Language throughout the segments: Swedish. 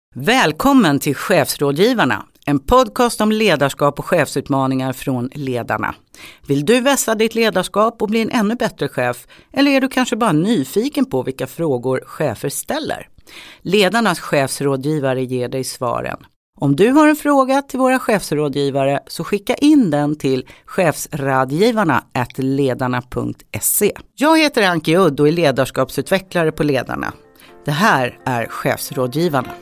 Välkommen till Chefsrådgivarna, en podcast om ledarskap och chefsutmaningar från ledarna. Vill du vässa ditt ledarskap och bli en ännu bättre chef, eller är du kanske bara nyfiken på vilka frågor chefer ställer? Ledarnas chefsrådgivare ger dig svaren. Om du har en fråga till våra chefsrådgivare så skicka in den till chefsrådgivarna@ledarna.se. Jag heter Anki Udd och är ledarskapsutvecklare på Ledarna. Det här är Chefsrådgivarna.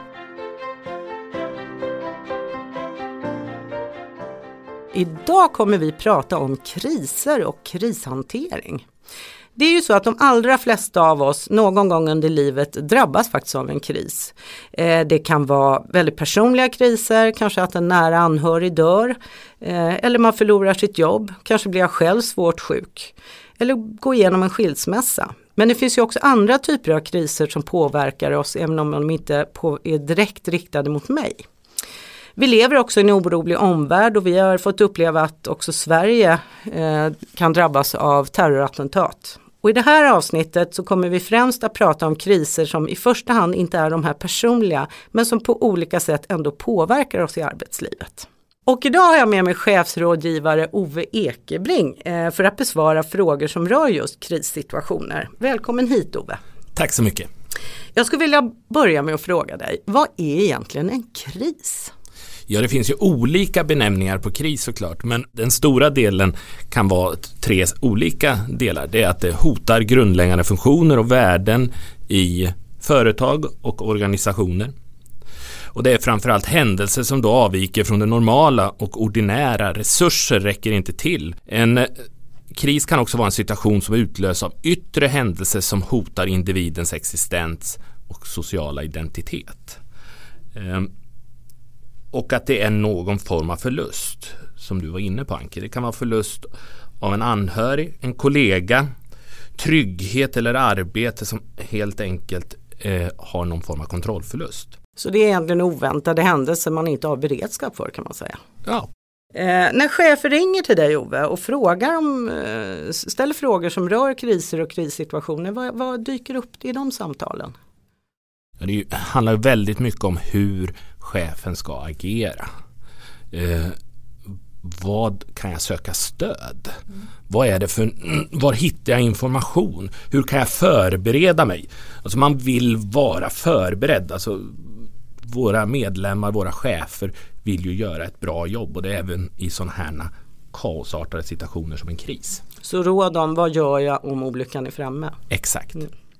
Idag kommer vi prata om kriser och krishantering. Det är ju så att de allra flesta av oss någon gång under livet drabbas faktiskt av en kris. Det kan vara väldigt personliga kriser, kanske att en nära anhörig dör, eller man förlorar sitt jobb, kanske blir jag själv svårt sjuk, eller går igenom en skilsmässa. Men det finns ju också andra typer av kriser som påverkar oss, även om de inte är direkt riktade mot mig. Vi lever också i en orolig omvärld och vi har fått uppleva att också Sverige kan drabbas av terrorattentat. Och i det här avsnittet så kommer vi främst att prata om kriser som i första hand inte är de här personliga, men som på olika sätt ändå påverkar oss i arbetslivet. Och idag har jag med mig chefsrådgivare Ove Ekebring för att besvara frågor som rör just krissituationer. Välkommen hit, Ove. Tack så mycket. Jag skulle vilja börja med att fråga dig, vad är egentligen en kris? Ja, det finns ju olika benämningar på kris såklart, men den stora delen kan vara 3 olika delar. Det är att det hotar grundläggande funktioner och värden i företag och organisationer. Och det är framförallt händelser som då avviker från det normala och ordinära. Resurser räcker inte till. En kris kan också vara en situation som utlöses av yttre händelser som hotar individens existens och sociala identitet. Och att det är någon form av förlust, som du var inne på, Anke. Det kan vara förlust av en anhörig, en kollega, trygghet eller arbete som helt enkelt har någon form av kontrollförlust. Så det är egentligen oväntade händelser man inte har beredskap för, kan man säga. Ja. När chefer ringer till dig, Ove, och ställer frågor som rör kriser och krissituationer, vad dyker upp i de samtalen? Ja, det handlar väldigt mycket om hur chefen ska agera. Vad kan jag söka stöd? Vad är det var hittar jag information? Hur kan jag förbereda mig? Alltså man vill vara förberedd. Alltså våra medlemmar, våra chefer vill ju göra ett bra jobb, och det är även i sådana här kaosartade situationer som en kris. Så råd om vad gör jag om olyckan är framme? Exakt.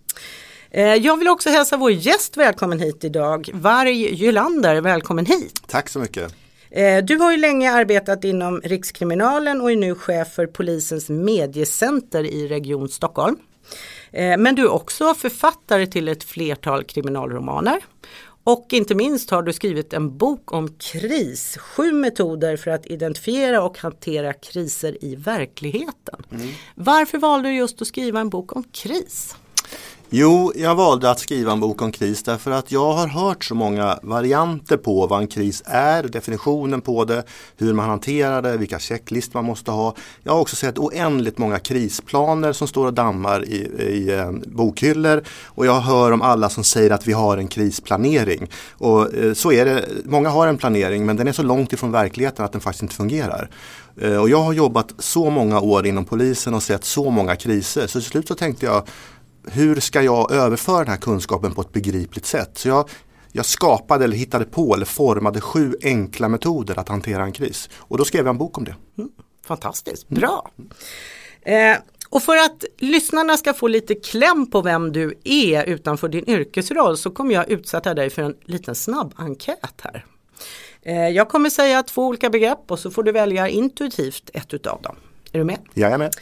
Jag vill också hälsa vår gäst välkommen hit idag. Varg Gylander, välkommen hit. Tack så mycket. Du har ju länge arbetat inom Rikskriminalen och är nu chef för polisens mediecenter i Region Stockholm. Men du är också författare till ett flertal kriminalromaner. Och inte minst har du skrivit en bok om kris, 7 metoder för att identifiera och hantera kriser i verkligheten. Varför valde du just att skriva en bok om kris? Jo, jag valde att skriva en bok om kris därför att jag har hört så många varianter på vad en kris är, definitionen på det, hur man hanterar det, vilka checklistor man måste ha. Jag har också sett oändligt många krisplaner som står och dammar i bokhyllor, och jag hör om alla som säger att vi har en krisplanering. Och så är det, många har en planering, men den är så långt ifrån verkligheten att den faktiskt inte fungerar. Och jag har jobbat så många år inom polisen och sett så många kriser, så till slut så tänkte jag, hur ska jag överföra den här kunskapen på ett begripligt sätt? Så jag skapade eller hittade på eller formade 7 enkla metoder att hantera en kris. Och då skrev jag en bok om det. Fantastiskt, bra. Och för att lyssnarna ska få lite kläm på vem du är utanför din yrkesroll, så kommer jag utsätta dig för en liten snabb enkät här. Jag kommer säga 2 olika begrepp och så får du välja intuitivt ett utav dem. Är du med? Jag är med.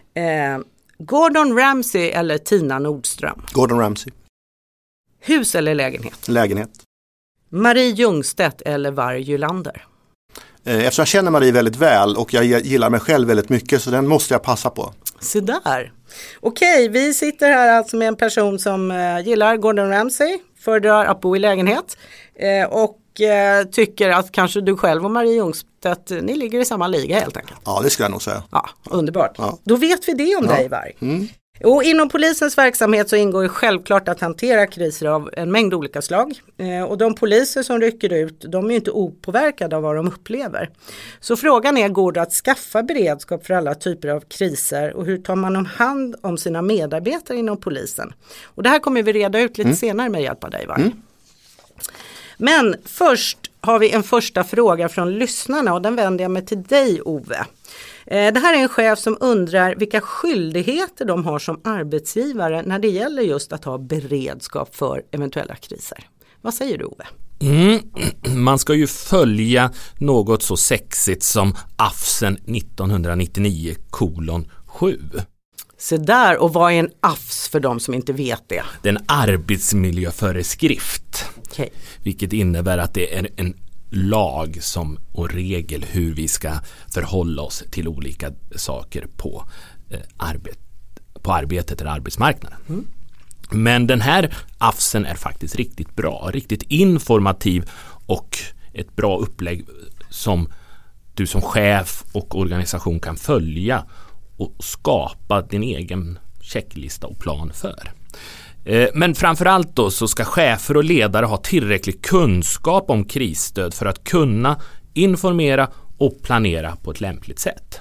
Gordon Ramsay eller Tina Nordström? Gordon Ramsay. Hus eller lägenhet? Lägenhet. Marie Ljungstedt eller Varg Gylander? Eftersom jag känner Marie väldigt väl och jag gillar mig själv väldigt mycket, så den måste jag passa på. Så där. Okej, vi sitter här alltså med en person som gillar Gordon Ramsay, föredrar att bo i lägenhet och tycker att kanske du själv och Marie Ljungstedt, ni ligger i samma liga helt enkelt. Ja, det skulle jag nog säga. Ja, underbart. Ja. Då vet vi det om dig, Varg. Och inom polisens verksamhet så ingår ju självklart att hantera kriser av en mängd olika slag. Och de poliser som rycker ut, de är ju inte opåverkade av vad de upplever. Så frågan är, går det att skaffa beredskap för alla typer av kriser och hur tar man om hand om sina medarbetare inom polisen? Och det här kommer vi reda ut lite senare med hjälp av dig, va? Men först har vi en första fråga från lyssnarna och den vänder jag mig till dig, Ove. Det här är en chef som undrar vilka skyldigheter de har som arbetsgivare när det gäller just att ha beredskap för eventuella kriser. Vad säger du, Ove? Man ska ju följa något så sexigt som AFSen 1999:7. Så där, och vad är en AFS för de som inte vet det? Det är en arbetsmiljöföreskrift. Okay. Vilket innebär att det är en lag och regel hur vi ska förhålla oss till olika saker på arbetet eller arbetsmarknaden. Men den här AFSen är faktiskt riktigt bra, riktigt informativ och ett bra upplägg som du som chef och organisation kan följa och skapa din egen checklista och plan för. Men framförallt då så ska chefer och ledare ha tillräcklig kunskap om krisstöd för att kunna informera och planera på ett lämpligt sätt.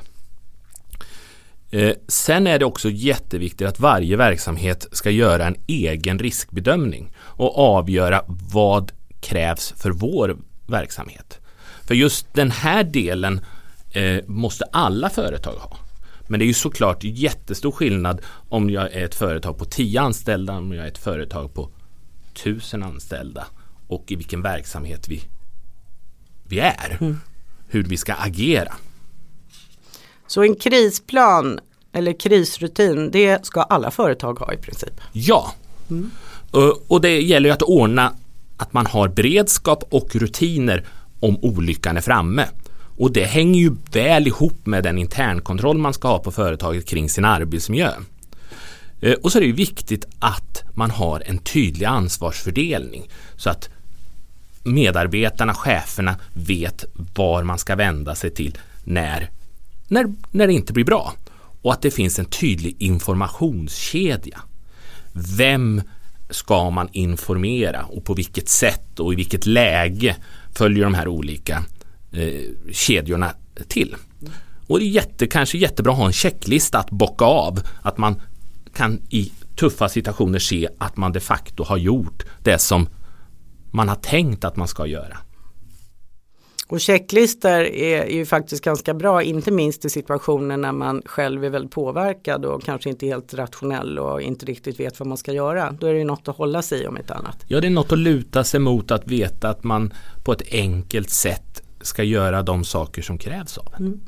Sen är det också jätteviktigt att varje verksamhet ska göra en egen riskbedömning och avgöra vad krävs för vår verksamhet. För just den här delen måste alla företag ha. Men det är ju såklart jättestor skillnad om jag är ett företag på 10 anställda, om jag är ett företag på 1000 anställda och i vilken verksamhet vi är. Hur vi ska agera. Så en krisplan eller krisrutin, det ska alla företag ha i princip? Ja. Och det gäller ju att ordna att man har beredskap och rutiner om olyckan är framme. Och det hänger ju väl ihop med den internkontroll man ska ha på företaget kring sin arbetsmiljö. Och så är det ju viktigt att man har en tydlig ansvarsfördelning så att medarbetarna, cheferna vet var man ska vända sig till när det inte blir bra. Och att det finns en tydlig informationskedja. Vem ska man informera och på vilket sätt och i vilket läge följer de här olika kedjorna till. Och det är kanske jättebra att ha en checklista att bocka av, att man kan i tuffa situationer se att man de facto har gjort det som man har tänkt att man ska göra. Och checklistor är ju faktiskt ganska bra, inte minst i situationer när man själv är väldigt påverkad och kanske inte helt rationell och inte riktigt vet vad man ska göra. Då är det ju något att hålla sig om ett annat. Ja, det är något att luta sig mot, att veta att man på ett enkelt sätt ska göra de saker som krävs av en.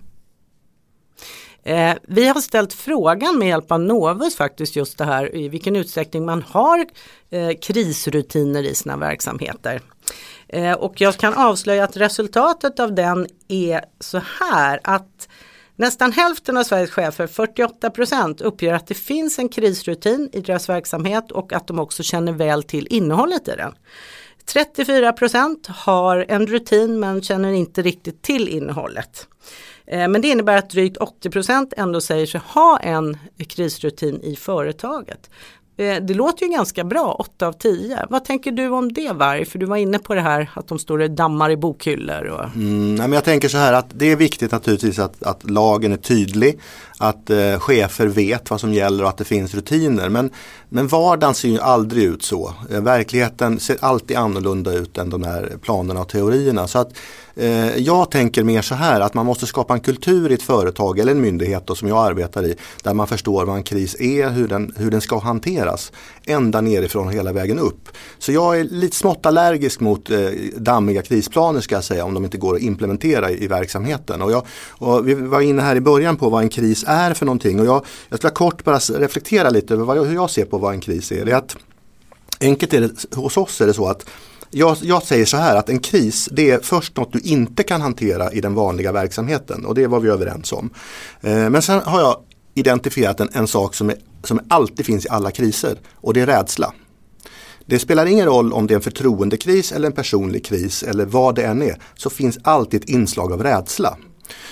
Vi har ställt frågan med hjälp av Novus faktiskt just det här, i vilken utsträckning man har krisrutiner i sina verksamheter. Och jag kan avslöja att resultatet av den är så här, att nästan hälften av Sveriges chefer, 48%, uppger att det finns en krisrutin i deras verksamhet och att de också känner väl till innehållet i den. 34% har en rutin men känner inte riktigt till innehållet. Men det innebär att drygt 80% ändå säger sig ha en krisrutin i företaget. Det låter ju ganska bra, 8 av 10. Vad tänker du om det, Varg? För du var inne på det här att de står och dammar i bokhyllor. Och... men jag tänker så här att det är viktigt naturligtvis att lagen är tydlig, att chefer vet vad som gäller och att det finns rutiner. Men vardagen ser ju aldrig ut så. Verkligheten ser alltid annorlunda ut än de här planerna och teorierna. Så att jag tänker mer så här att man måste skapa en kultur i ett företag eller en myndighet då, som jag arbetar i, där man förstår vad en kris är, hur den ska hanteras ända nerifrån hela vägen upp. Så jag är lite smått allergisk mot dammiga krisplaner, ska jag säga, om de inte går att implementera i verksamheten. Och vi var inne här i början på vad en kris är för någonting, och jag ska kort bara reflektera lite över hur jag ser på vad en kris är. Det är att enkelt är det, hos oss är det så att jag säger så här, att en kris, det är först något du inte kan hantera i den vanliga verksamheten, och det var vi överens om. Men sen har jag identifierat en sak som alltid finns i alla kriser, och det är rädsla. Det spelar ingen roll om det är en förtroendekris eller en personlig kris eller vad det än är, så finns alltid ett inslag av rädsla.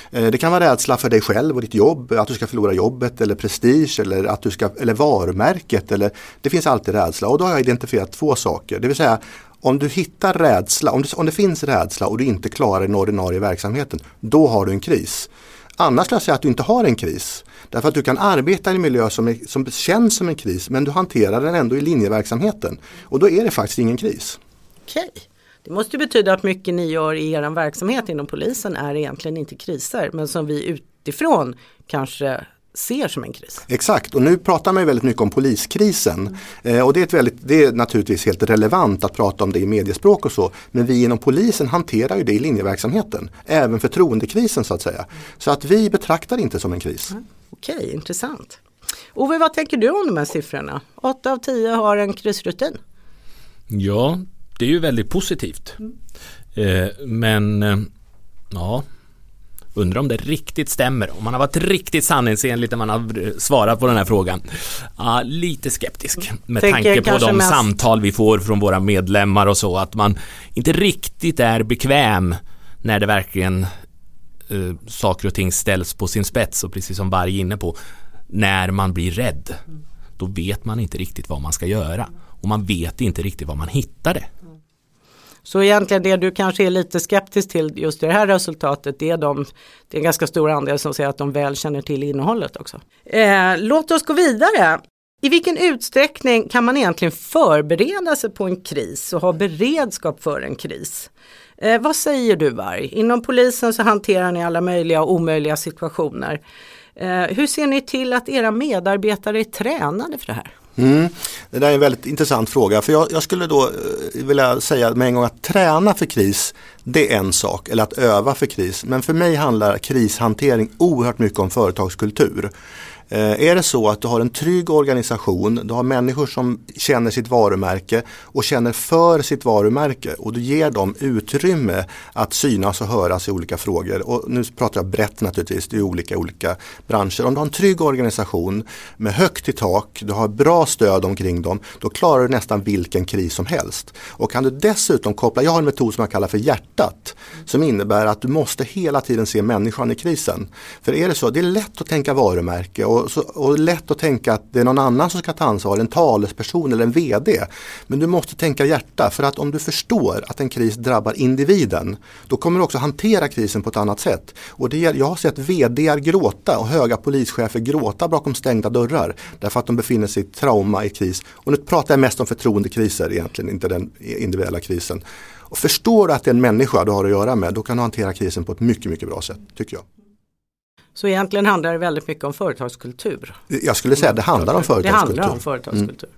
Det kan vara rädsla för dig själv och ditt jobb, att du ska förlora jobbet eller prestige eller varumärket. Det finns alltid rädsla, och då har jag identifierat 2 saker. Det vill säga, om du hittar rädsla, om det finns rädsla och du inte klarar den ordinarie verksamheten, då har du en kris. Annars skulle jag säga att du inte har en kris. Därför att du kan arbeta i en miljö som känns som en kris, men du hanterar den ändå i linjeverksamheten. Och då är det faktiskt ingen kris. Okej. Det måste betyda att mycket ni gör i er verksamhet inom polisen är egentligen inte kriser, men som vi utifrån kanske ser som en kris. Exakt, och nu pratar man ju väldigt mycket om poliskrisen. Och det är naturligtvis helt relevant att prata om det i mediespråk och så. Men vi inom polisen hanterar ju det i linjeverksamheten. Även förtroendekrisen så att säga. Så att vi betraktar inte som en kris. Okej, intressant. Ove, vad tänker du om de här siffrorna? 8 av 10 har en krisrutin. Ja, det är ju väldigt positivt. Men ja, undrar om det riktigt stämmer. Om man har varit riktigt sanningsenligt när man har svarat på den här frågan. Ja, lite skeptisk med tanke på de samtal vi får från våra medlemmar och så. Att man inte riktigt är bekväm när det verkligen saker och ting ställs på sin spets. Och precis som Varg är inne på, när man blir rädd, då vet man inte riktigt vad man ska göra. Och man vet inte riktigt vad man hittade. Så egentligen det du kanske är lite skeptisk till just det här resultatet, det är en ganska stor andel som säger att de väl känner till innehållet också. Låt oss gå vidare. I vilken utsträckning kan man egentligen förbereda sig på en kris och ha beredskap för en kris? Vad säger du, Varg? Inom polisen så hanterar ni alla möjliga och omöjliga situationer. Hur ser ni till att era medarbetare är tränade för det här? Det där är en väldigt intressant fråga, för jag skulle då vilja säga med en gång att träna för kris, det är en sak, eller att öva för kris, men för mig handlar krishantering oerhört mycket om företagskultur. Är det så att du har en trygg organisation, du har människor som känner sitt varumärke och känner för sitt varumärke, och du ger dem utrymme att synas och höras i olika frågor, och nu pratar jag brett naturligtvis, det är olika branscher. Om du har en trygg organisation med högt i tak, du har bra stöd omkring dem, då klarar du nästan vilken kris som helst. Och kan du dessutom koppla, jag har en metod som jag kallar för hjärtat, som innebär att du måste hela tiden se människan i krisen. För är det så, det är lätt att tänka varumärke och lätt att tänka att det är någon annan som ska ta ansvar, en talesperson eller en vd. Men du måste tänka hjärta, för att om du förstår att en kris drabbar individen, då kommer du också hantera krisen på ett annat sätt. Och jag har sett vd:ar gråta och höga polischefer gråta bakom stängda dörrar därför att de befinner sig i trauma i kris. Och nu pratar jag mest om förtroendekriser egentligen, inte den individuella krisen. Och förstår du att det är en människa du har att göra med, då kan du hantera krisen på ett mycket, mycket bra sätt, tycker jag. Så egentligen handlar det väldigt mycket om företagskultur. Jag skulle säga att det handlar om företagskultur. Det handlar om företagskultur.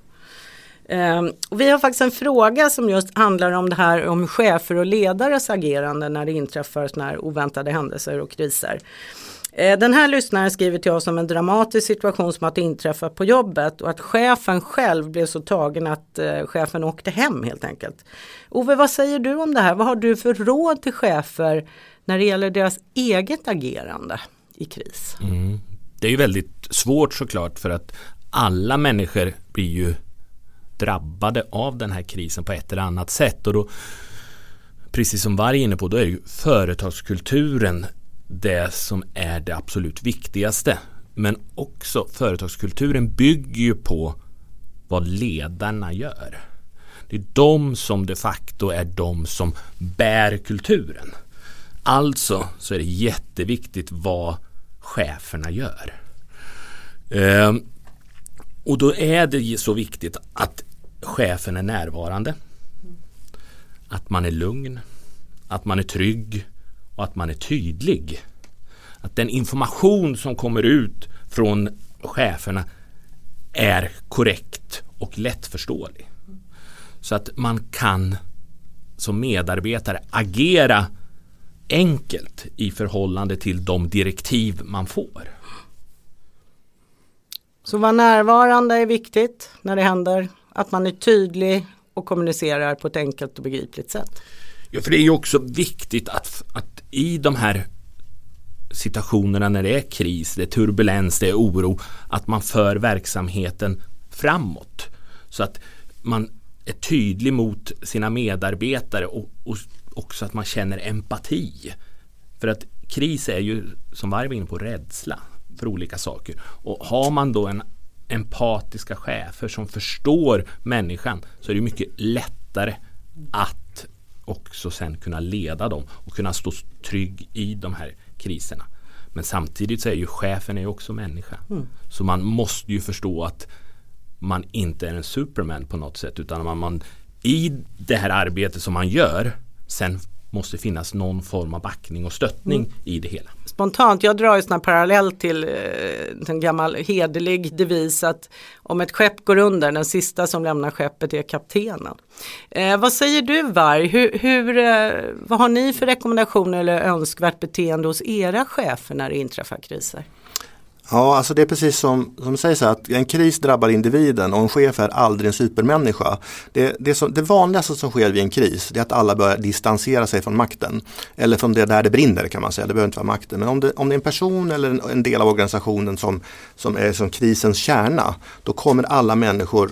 Och vi har faktiskt en fråga som just handlar om det här, om chefer och ledares agerande när det inträffar såna här oväntade händelser och kriser. Den här lyssnaren skriver till oss om en dramatisk situation som att inträffa på jobbet och att chefen själv blev så tagen att chefen åkte hem helt enkelt. Ove, vad säger du om det här? Vad har du för råd till chefer när det gäller deras eget agerande i kris? Det är ju väldigt svårt såklart, för att alla människor blir ju drabbade av den här krisen på ett eller annat sätt, och då, precis som Varg är inne på, då är ju företagskulturen det som är det absolut viktigaste. Men också företagskulturen bygger ju på vad ledarna gör. Det är de som de facto är de som bär kulturen. Alltså så är det jätteviktigt vad cheferna gör. Och då är det så viktigt att chefen är närvarande, att man är lugn, att man är trygg och att man är tydlig. Att den information som kommer ut från cheferna är korrekt och lättförståelig. Så att man kan som medarbetare agera enkelt i förhållande till de direktiv man får. Så vara närvarande är viktigt när det händer. Att man är tydlig och kommunicerar på ett enkelt och begripligt sätt. Ja, för det är ju också viktigt att i de här situationerna när det är kris, det är turbulens, det är oro, att man för verksamheten framåt. Så att man är tydlig mot sina medarbetare och också att man känner empati. För att kris är ju, som Varg var inne på, rädsla för olika saker. Och har man då en empatiska chefer som förstår människan, så är det mycket lättare att också sen kunna leda dem och kunna stå trygg i de här kriserna. Men samtidigt så är ju chefen är också människa. Så man måste ju förstå att man inte är en superman på något sätt, utan man i det här arbetet som man gör sen måste finnas någon form av backning och stöttning i det hela. Spontant, jag drar ju sån här parallell till en gammal hederlig devis att om ett skepp går under, den sista som lämnar skeppet är kaptenen. Vad säger du, Varg? Vad har ni för rekommendationer eller önskvärt beteende hos era chefer när det inträffar kriser? Ja, alltså det är precis som sägs att en kris drabbar individen och en chef är aldrig en supermänniska. Det vanligaste som sker vid en kris är att alla börjar distansera sig från makten. Eller från det där det brinner, kan man säga. Det behöver inte vara makten. Men om det är en person eller en del av organisationen som är som krisens kärna, då kommer alla människor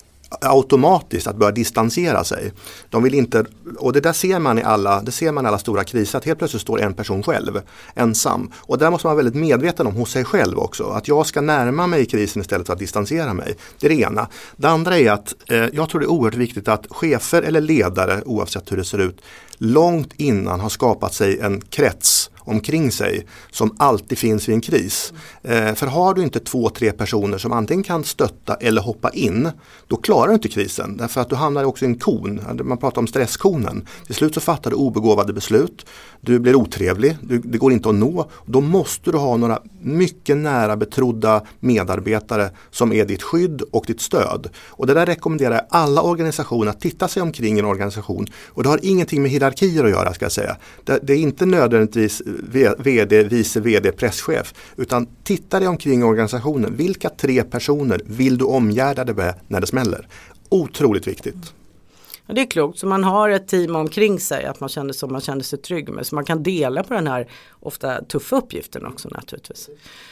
automatiskt att börja distansera sig. De vill inte, och det ser man i alla stora kriser, att helt plötsligt står en person själv ensam. Och där måste man vara väldigt medveten om hos sig själv också, att jag ska närma mig krisen istället för att distansera mig. Det är det ena. Det andra är att jag tror det är oerhört viktigt att chefer eller ledare, oavsett hur det ser ut, långt innan har skapat sig en krets omkring sig som alltid finns vid en kris. För har du inte 2-3 personer som antingen kan stötta eller hoppa in, då klarar du inte krisen. Därför att du hamnar också i en kon. Man pratar om stresskonen. Till slut så fattar du obegåvade beslut. Du blir otrevlig. Det går inte att nå. Då måste du ha några mycket nära betrodda medarbetare som är ditt skydd och ditt stöd. Och det där rekommenderar jag alla organisationer att titta sig omkring en organisation. Och det har ingenting med hierarkier att göra, ska jag säga. Det är inte nödvändigtvis vd, vice vd, presschef, utan titta dig omkring organisationen. Vilka 3 personer vill du omgärda det med när det smäller? Otroligt viktigt. Ja, det är klokt, så man har ett team omkring sig, att man känner sig trygg med, så man kan dela på den här ofta tuffa uppgiften också naturligtvis.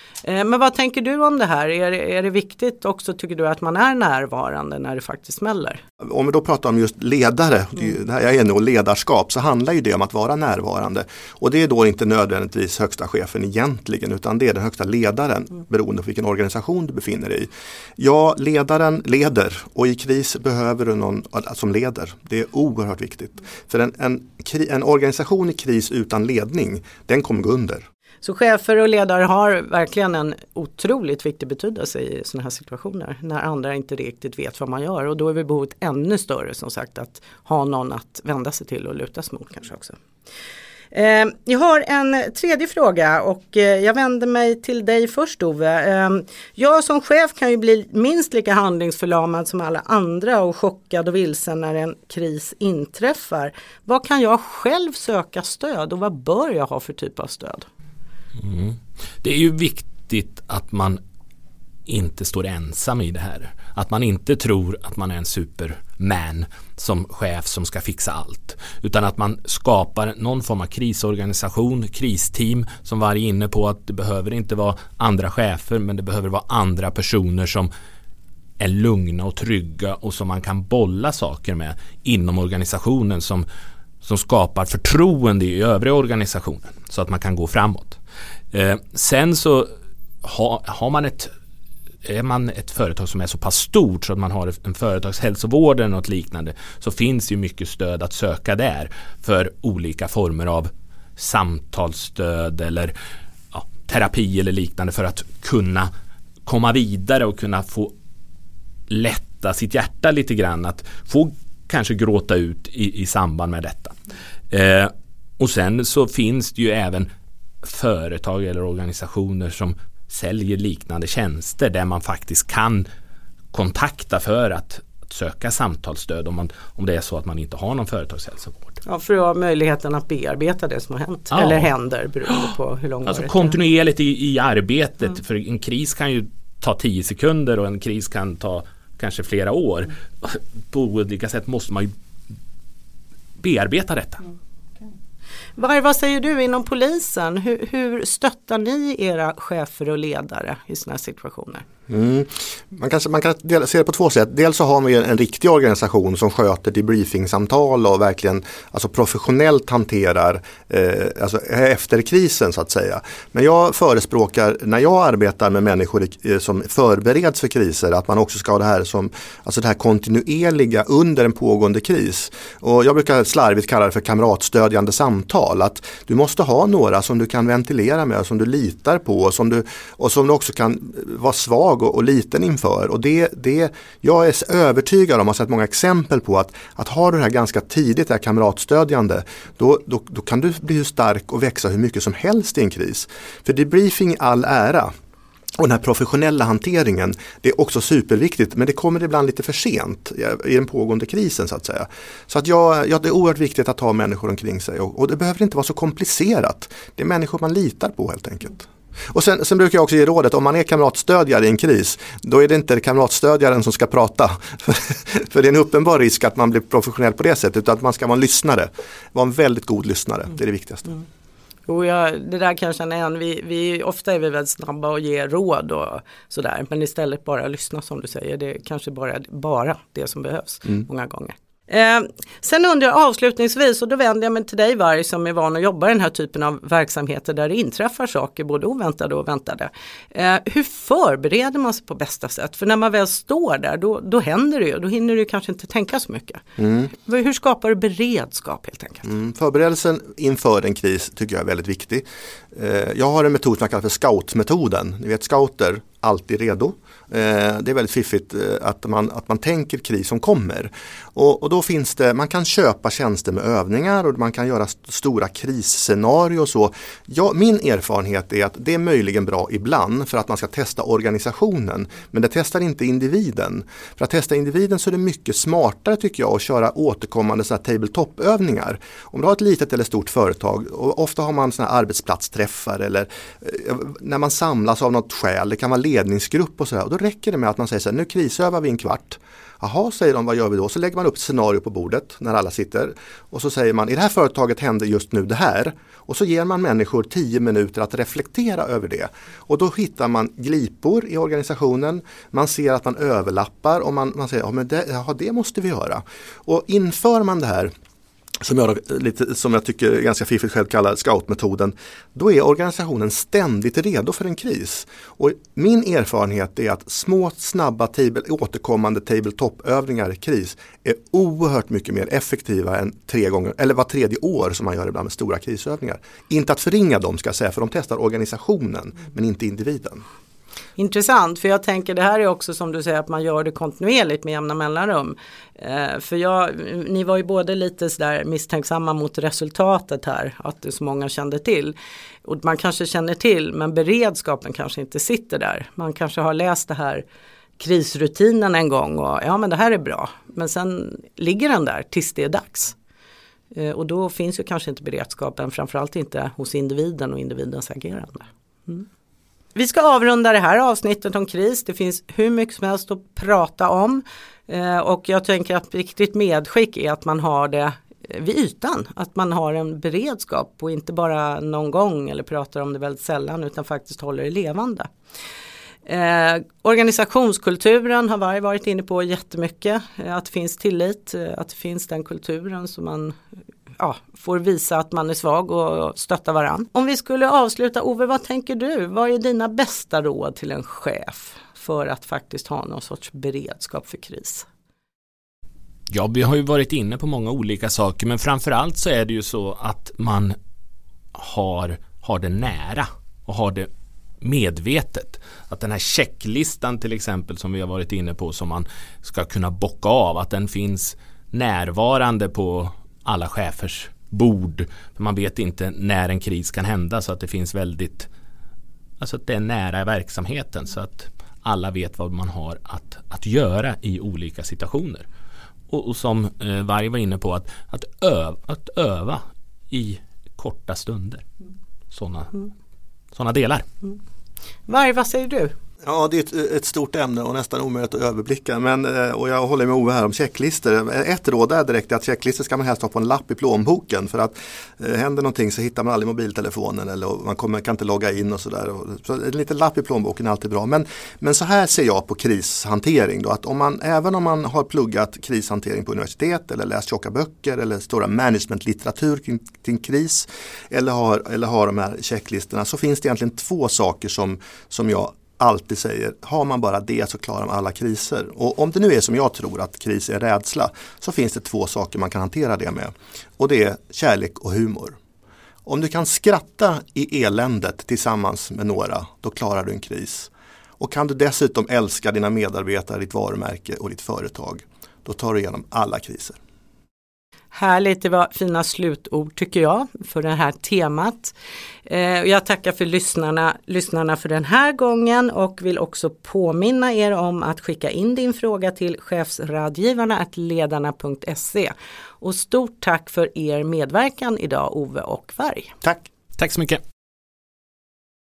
Men vad tänker du om det här? Är det viktigt också, tycker du, att man är närvarande när det faktiskt smäller? Om vi då pratar om just ledare, jag är nog ledarskap, så handlar ju det om att vara närvarande. Och det är då inte nödvändigtvis högsta chefen egentligen, utan det är den högsta ledaren, beroende på vilken organisation du befinner dig i. Ja, ledaren leder, och i kris behöver du någon som leder. Det är oerhört viktigt. För en organisation i kris utan ledning, den kommer gå under. Så chefer och ledare har verkligen en otroligt viktig betydelse i sådana här situationer, när andra inte riktigt vet vad man gör, och då är vi behovet ännu större, som sagt, att ha någon att vända sig till och lutas mot kanske också. Jag har en tredje fråga, och jag vänder mig till dig först, Ove. Jag som chef kan ju bli minst lika handlingsförlamad som alla andra och chockad och vilsen när en kris inträffar. Vad kan jag själv söka stöd, och vad bör jag ha för typ av stöd? Det är ju viktigt att man inte står ensam i det här. Att man inte tror att man är en superman som chef som ska fixa allt. Utan att man skapar någon form av krisorganisation, kristeam, som var inne på att det behöver inte vara andra chefer, men det behöver vara andra personer som är lugna och trygga och som man kan bolla saker med inom organisationen, som skapar förtroende i övriga organisationen så att man kan gå framåt. Sen så har man är man ett företag som är så pass stort så att man har en företagshälsovård eller något liknande, så finns ju mycket stöd att söka där för olika former av samtalsstöd eller terapi eller liknande, för att kunna komma vidare och kunna få lätta sitt hjärta lite grann, att få kanske gråta ut i samband med detta. Och sen så finns det ju även företag eller organisationer som säljer liknande tjänster där man faktiskt kan kontakta för att söka samtalsstöd om det är så att man inte har någon företagshälsovård. Ja, för att ha möjligheten att bearbeta det som har hänt, eller händer, beroende på hur långt. Alltså kontinuerligt i arbetet, för en kris kan ju ta 10 sekunder och en kris kan ta kanske flera år. På olika sätt måste man ju bearbeta detta. Vad säger du inom polisen? Hur stöttar ni era chefer och ledare i såna här situationer? Man kan se det på två sätt. Dels så har vi en riktig organisation som sköter debriefingsamtal och verkligen alltså professionellt hanterar alltså efter krisen så att säga. Men jag förespråkar när jag arbetar med människor som förbereds för kriser att man också ska ha det här som alltså det här kontinuerliga under en pågående kris. Och jag brukar slarvigt kalla det för kamratstödjande samtal. Att du måste ha några som du kan ventilera med, som du litar på och som du också kan vara svag och liten inför. Och jag är övertygad om, jag har sett många exempel på att har du det här ganska tidigt, det här kamratstödjande, då kan du bli stark och växa hur mycket som helst i en kris. För debriefing är all ära. Och den här professionella hanteringen, det är också superviktigt, men det kommer ibland lite för sent i den pågående krisen så att säga. Så att det är oerhört viktigt att ha människor omkring sig och det behöver inte vara så komplicerat. Det är människor man litar på helt enkelt. Och sen brukar jag också ge rådet, om man är kamratstödjare i en kris, då är det inte kamratstödjaren som ska prata. För det är en uppenbar risk att man blir professionell på det sättet, utan att man ska vara en lyssnare. Vara en väldigt god lyssnare, det är det viktigaste. Det där kan jag känna igen. Ofta är vi väldigt snabba och ger råd och sådär. Men istället bara lyssna som du säger. Det är kanske bara det som behövs många gånger. Sen undrar jag avslutningsvis, och då vänder jag mig till dig Varg som är van att jobba i den här typen av verksamheter där det inträffar saker både oväntade och väntade. Hur förbereder man sig på bästa sätt? För när man väl står där då händer det ju, då hinner du kanske inte tänka så mycket. Hur skapar du beredskap helt enkelt? Förberedelsen inför en kris tycker jag är väldigt viktig. Jag har en metod som jag kallar för scoutmetoden. Ni vet, scouter, alltid redo. Det är väldigt fiffigt att man tänker kris som kommer. Och då finns det, man kan köpa tjänster med övningar och man kan göra stora krisscenarier och så. Min erfarenhet är att det är möjligen bra ibland för att man ska testa organisationen. Men det testar inte individen. För att testa individen så är det mycket smartare tycker jag att köra återkommande så här tabletop-övningar. Om du har ett litet eller stort företag, och ofta har man såna här arbetsplatsträffar eller när man samlas av något skäl, det kan vara ledningsgrupp och så här. Och då räcker det med att man säger så här, nu krisövar vi en kvart. Jaha, säger de, vad gör vi då? Så lägger man upp ett scenario på bordet när alla sitter. Och så säger man, i det här företaget händer just nu det här. Och så ger man människor 10 minuter att reflektera över det. Och då hittar man glipor i organisationen. Man ser att man överlappar och man säger, ja men det måste vi göra. Och inför man det här, som jag tycker är ganska fiffigt själv kallar scoutmetoden, då är organisationen ständigt redo för en kris. Och min erfarenhet är att små, snabba, återkommande tabletop-övningar i kris är oerhört mycket mer effektiva än 3 gånger, eller var 3:e år som man gör ibland med stora krisövningar. Inte att förringa dem ska jag säga, för de testar organisationen men inte individen. Intressant, för jag tänker det här är också som du säger att man gör det kontinuerligt med jämna mellanrum. Ni var ju både lite sådär misstänksamma mot resultatet här, att det så många kände till. Och man kanske känner till, men beredskapen kanske inte sitter där. Man kanske har läst det här krisrutinen en gång och ja men det här är bra. Men sen ligger den där tills det är dags. Och då finns ju kanske inte beredskapen, framförallt inte hos individen och individens agerande. Vi ska avrunda det här avsnittet om kris. Det finns hur mycket som helst att prata om. Och jag tänker att riktigt medskick är att man har det vid ytan. Att man har en beredskap och inte bara någon gång eller pratar om det väldigt sällan utan faktiskt håller det levande. Organisationskulturen har Varg varit inne på jättemycket. Att det finns tillit, att det finns den kulturen som man får visa att man är svag och stötta varann. Om vi skulle avsluta, Ove, vad tänker du? Vad är dina bästa råd till en chef för att faktiskt ha någon sorts beredskap för kris? Ja, vi har ju varit inne på många olika saker, men framförallt så är det ju så att man har det nära och har det medvetet. Att den här checklistan till exempel som vi har varit inne på som man ska kunna bocka av, att den finns närvarande på alla chefers bord. För man vet inte när en kris kan hända, så att det finns alltså att det är nära verksamheten så att alla vet vad man har att göra i olika situationer. Och som Varg var inne på att öva i korta stunder. Såna delar. Varg, vad säger du? Ja, det är ett stort ämne och nästan omöjligt att överblicka. Och jag håller med Ove här om checklistor. Ett råd är direkt att checklistor ska man helst ha på en lapp i plånboken. För att händer någonting så hittar man aldrig mobiltelefonen eller man kan inte logga in och sådär. Så en liten lapp i plånboken är alltid bra. Men så här ser jag på krishantering då, att även om man har pluggat krishantering på universitet eller läst tjocka böcker eller stora managementlitteratur kring kris eller har de här checklistorna, så finns det egentligen två saker som jag alltid säger, har man bara det så klarar man alla kriser. Och om det nu är som jag tror att kris är rädsla, så finns det två saker man kan hantera det med. Och det är kärlek och humor. Om du kan skratta i eländet tillsammans med några, då klarar du en kris. Och kan du dessutom älska dina medarbetare, ditt varumärke och ditt företag, då tar du igenom alla kriser. Härligt, det var fina slutord tycker jag för det här temat. Jag tackar för lyssnarna för den här gången och vill också påminna er om att skicka in din fråga till chefsradgivarna@ledarna.se. Och stort tack för er medverkan idag, Ove och Varg. Tack. Tack så mycket.